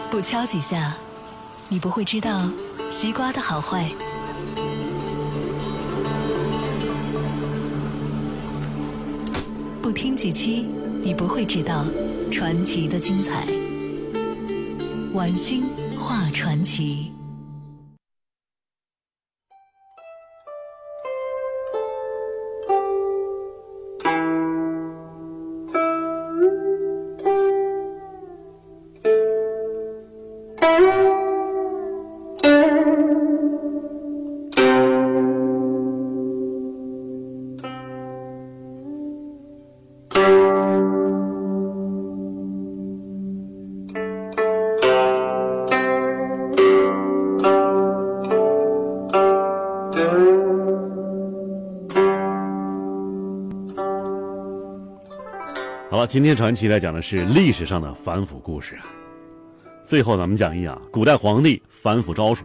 不敲几下，你不会知道西瓜的好坏；不听几期，你不会知道传奇的精彩。晚星画传奇。 好了，今天传奇来讲的是历史上的反腐故事啊。最后咱们讲一古代皇帝反腐招数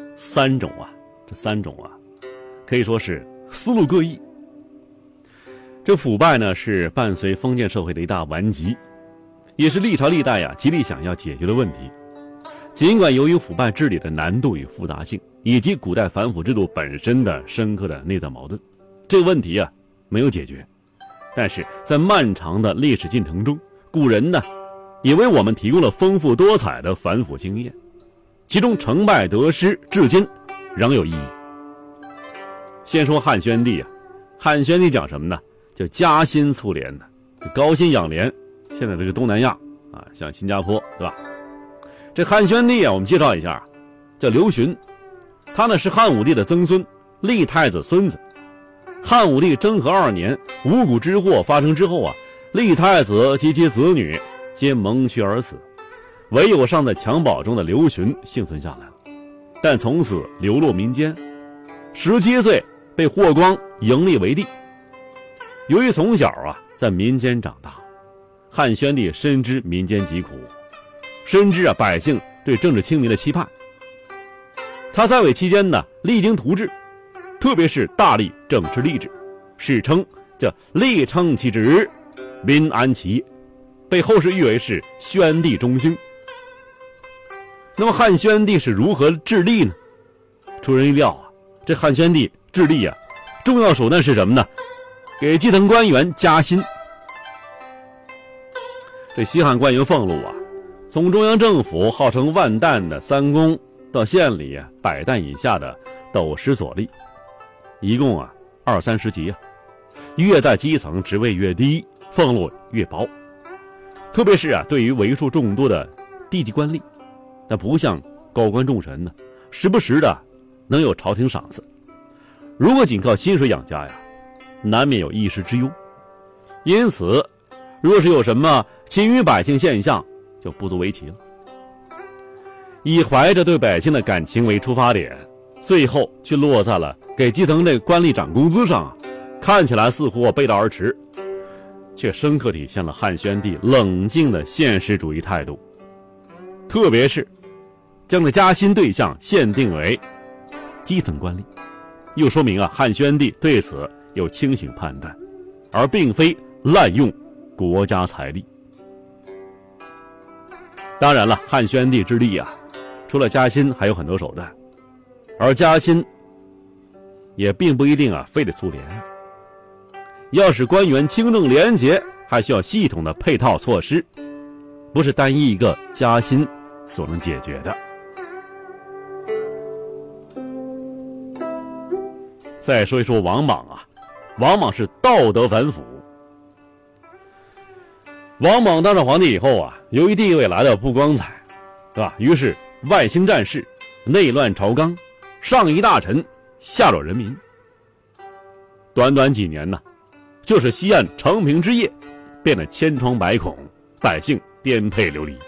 3种啊，这3种啊，可以说是思路各异。这腐败呢，是伴随封建社会的一大顽疾，也是历朝历代极力想要解决的问题。尽管由于腐败治理的难度与复杂性，以及古代反腐制度本身的深刻的内在矛盾，这个问题没有解决。但是在漫长的历史进程中，古人呢也为我们提供了丰富多彩的反腐经验，其中成败得失至今仍有意义。先说汉宣帝汉宣帝讲什么呢？叫家薪促廉的，高薪养廉。现在这个东南亚像新加坡，对吧？这汉宣帝我们介绍一下，叫刘询，他呢是汉武帝的曾孙，立太子孙子。汉武帝征和2年，五谷之祸发生之后立太子及其子女皆蒙屈而死，唯有尚在襁褓中的刘询幸存下来了，但从此流落民间。17岁被霍光迎立为帝。由于从小在民间长大，汉宣帝深知民间疾苦，深知百姓对政治清明的期盼。他在位期间呢，励精图治，特别是大力整治吏治，史称叫吏称其职，民安其业，被后世誉为是宣帝中兴。那么汉宣帝是如何治吏呢？出人意料这汉宣帝治吏重要手段是什么呢？给基层官员加薪。这西汉官员俸禄从中央政府号称万担的3公，到县里100担以下的斗10所吏，一共20-30级越在基层职位越低，俸禄越薄。特别是对于为数众多的地级官吏，那不像高官重臣呢，时不时的能有朝廷赏赐。如果仅靠薪水养家难免有一时之忧。因此若是有什么侵于百姓现象，就不足为奇了。以怀着对百姓的感情为出发点，最后却落在了给基层这官吏涨工资上看起来似乎背道而驰，却深刻体现了汉宣帝冷静的现实主义态度。特别是将这加薪对象限定为基层官吏，又说明汉宣帝对此有清醒判断，而并非滥用国家财力。当然了，汉宣帝治吏除了加薪还有很多手段，而加薪也并不一定非得粗廉。要使官员清正廉洁，还需要系统的配套措施，不是单一一个加薪所能解决的。再说一说王莽王莽是道德反腐。王莽当上皇帝以后由于地位来得不光彩，对吧？于是外兴战事，内乱朝纲，上夷大臣，下扰人民。短短几年就是西岸承平之夜变得千疮百孔，百姓颠沛流离。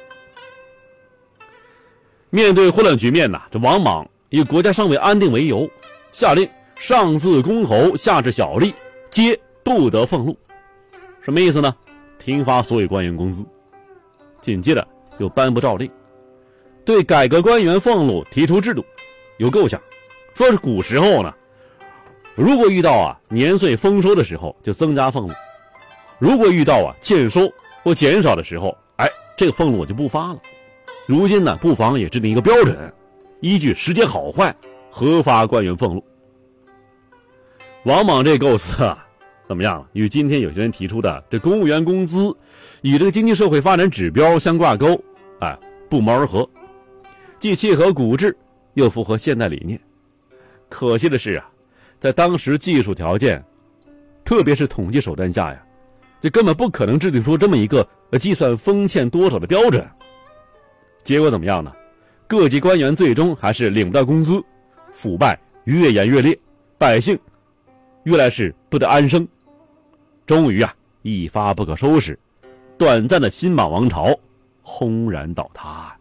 面对混乱局面这王莽以国家尚未安定为由，下令上至公侯，下至小吏，皆不得俸禄。什么意思呢？停发所有官员工资。紧接着又颁布诏令，对改革官员俸禄提出制度，有构想，说是古时候呢，如果遇到年岁丰收的时候就增加俸禄，如果遇到欠收或减少的时候，这个俸禄我就不发了。 如今呢，不妨也制定一个标准，依据时节好坏核发官员俸禄。王莽这构思啊，怎么样？与今天有些人提出的这公务员工资与这个经济社会发展指标相挂钩，不谋而合，既切合古制，又符合现代理念。可惜的是啊，在当时技术条件，特别是统计手段下呀，这根本不可能制定出这么一个计算封欠多少的标准。结果怎么样呢？各级官员最终还是领不到工资，腐败越演越烈，百姓越来是不得安生。终于啊，一发不可收拾，短暂的新莽王朝轰然倒塌。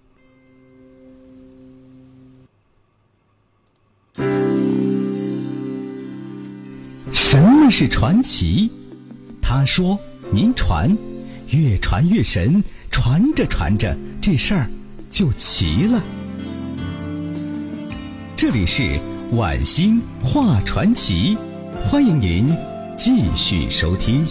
什么是传奇？他说您传，越传越神，传着传着这事儿就齐了。这里是晚星话传奇，欢迎您继续收听。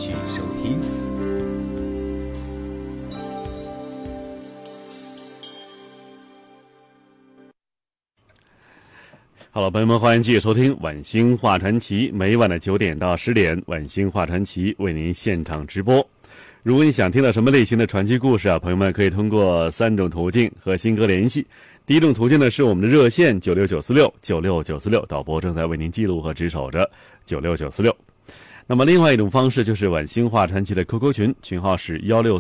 好了，朋友们，欢迎继续收听晚星话传奇，每晚的9点到10点，晚星话传奇为您现场直播。如果你想听到什么类型的传奇故事啊，朋友们可以通过3种途径和新哥联系。第一种途径呢是我们的热线96946，导播正在为您记录和值守着96946。那么另外一种方式就是晚星话传奇的 QQ 群，群号是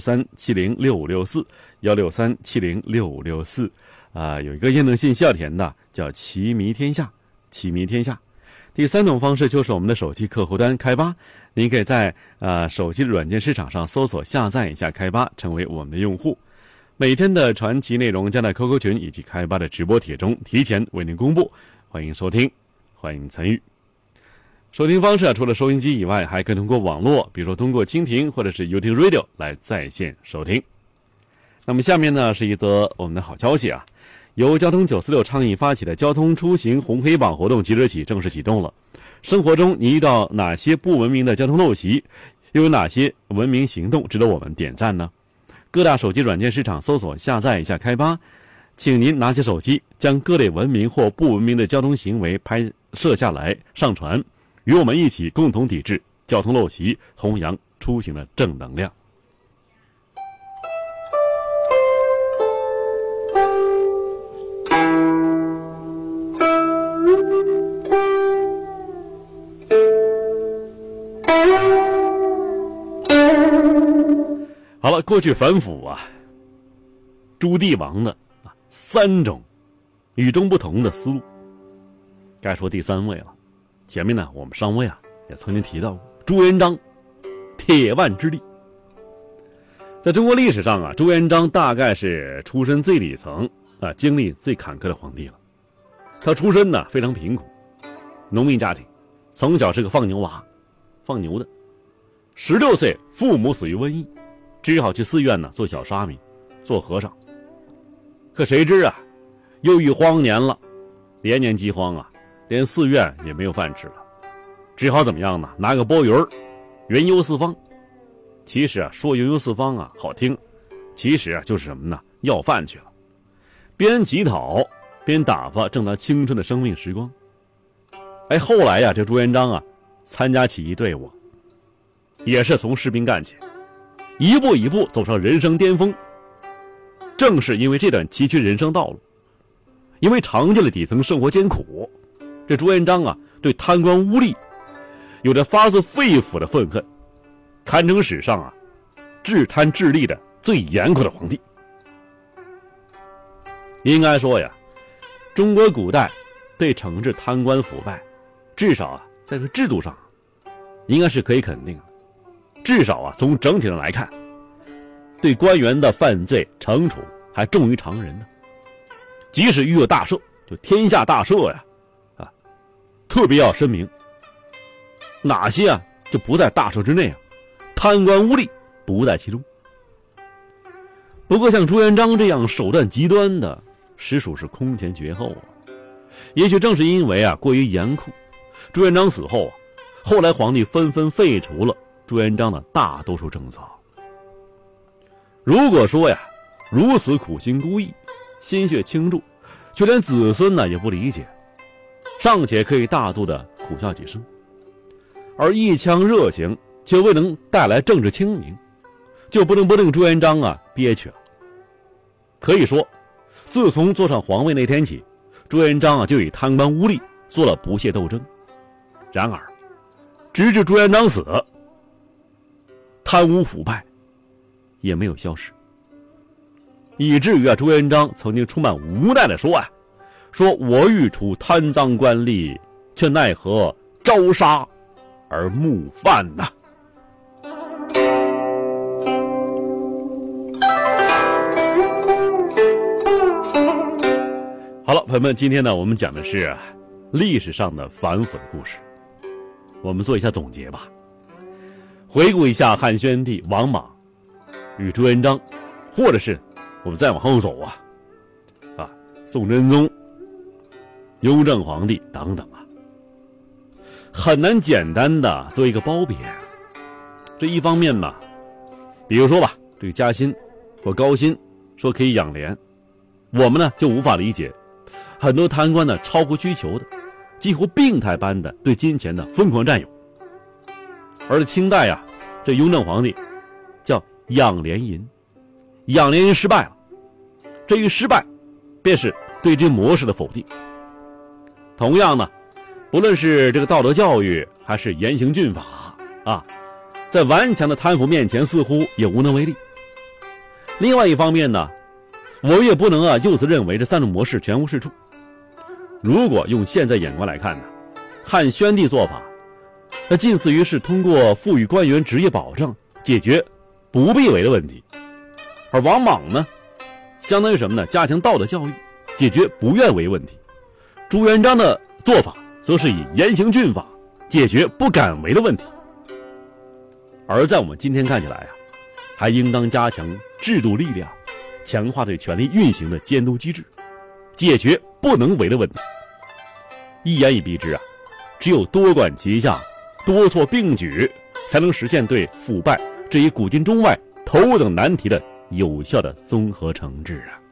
163706564，163706564。有一个验证信需要填的，叫奇迷天下，奇迷天下。第三种方式就是我们的手机客户端开吧，您可以在手机的软件市场上搜索下载一下开吧，成为我们的用户。每天的传奇内容将在 QQ 群以及开吧的直播帖中提前为您公布，欢迎收听，欢迎参与。收听方式除了收音机以外，还可以通过网络，比如说通过蜻蜓或者是 YouTube Radio 来在线收听。那么下面呢是一则我们的好消息啊，由交通946倡议发起的交通出行红黑榜活动即日起正式启动了。生活中你遇到哪些不文明的交通陋习，又有哪些文明行动值得我们点赞呢？各大手机软件市场搜索下载一下开吧，请您拿起手机将各类文明或不文明的交通行为拍摄下来上传，与我们一起共同抵制交通陋习，弘扬出行的正能量。好了，过去反腐朱棣王的3种与众不同的思路，该说第3位了。前面呢，我们上位也曾经提到过朱元璋，铁腕之力。在中国历史上朱元璋大概是出身最底层经历最坎坷的皇帝了。他出身呢非常贫苦，农民家庭，从小是个放牛娃，放牛的。16岁父母死于瘟疫，只好去寺院做小沙弥，做和尚。可谁知又遇荒年了，连年饥荒连寺院也没有饭吃了，只好怎么样呢？拿个钵盂云游四方。其实说云游四方好听，其实就是什么呢？要饭去了，边乞讨边打发正当青春的生命时光。后来这朱元璋参加起义队伍，也是从士兵干起，一步一步走上人生巅峰。正是因为这段崎岖人生道路，因为尝尽了底层生活艰苦，这朱元璋对贪官污吏有着发自肺腑的愤恨，堪称史上治贪治吏的最严酷的皇帝。应该说中国古代对惩治贪官腐败，至少在这制度上应该是可以肯定的。至少从整体上来看，对官员的犯罪惩处还重于常人呢。即使遇有大赦，就天下大赦特别要声明哪些就不在大赦之内贪官污吏不在其中。不过像朱元璋这样手段极端的，实属是空前绝后也许正是因为过于严酷，朱元璋死后后来皇帝纷纷废除了朱元璋的大多数政策。如果说如此苦心孤诣，心血倾注，却连子孙呢也不理解，尚且可以大度的苦笑几声，而一腔热情却未能带来政治清明，就不令朱元璋啊憋屈了。可以说，自从坐上皇位那天起，朱元璋啊就与贪官污吏做了不懈斗争。然而，直至朱元璋死，贪污腐败也没有消失，以至于朱元璋曾经充满无奈地说说我欲除贪赃官吏，却奈何朝杀而暮犯呐。好了，朋友们，今天呢我们讲的是历史上的反腐的故事，我们做一下总结吧。回顾一下汉宣帝王莽与朱元璋，或者是我们再往后走宋真宗、雍正皇帝等等很难简单的做一个褒贬。这一方面嘛，比如说吧，这个加薪或高薪说可以养廉，我们呢就无法理解很多贪官呢超乎需求的，几乎病态般的对金钱的疯狂占有。而清代这雍正皇帝叫养廉银，养廉银失败了，这一失败便是对这模式的否定。同样呢，不论是这个道德教育还是严刑峻法在顽强的贪腐面前似乎也无能为力。另外一方面呢，我们也不能就此认为这三种模式全无是处。如果用现在眼光来看呢，汉宣帝做法那近似于是通过赋予官员职业保障解决不必为的问题，而王莽呢相当于什么呢？加强道德教育，解决不愿为问题。朱元璋的做法则是以严刑峻法解决不敢为的问题。而在我们今天看起来还应当加强制度力量，强化对权力运行的监督机制，解决不能为的问题。一言以蔽之只有多管齐下，多措并举，才能实现对腐败这一古今中外头等难题的有效的综合惩治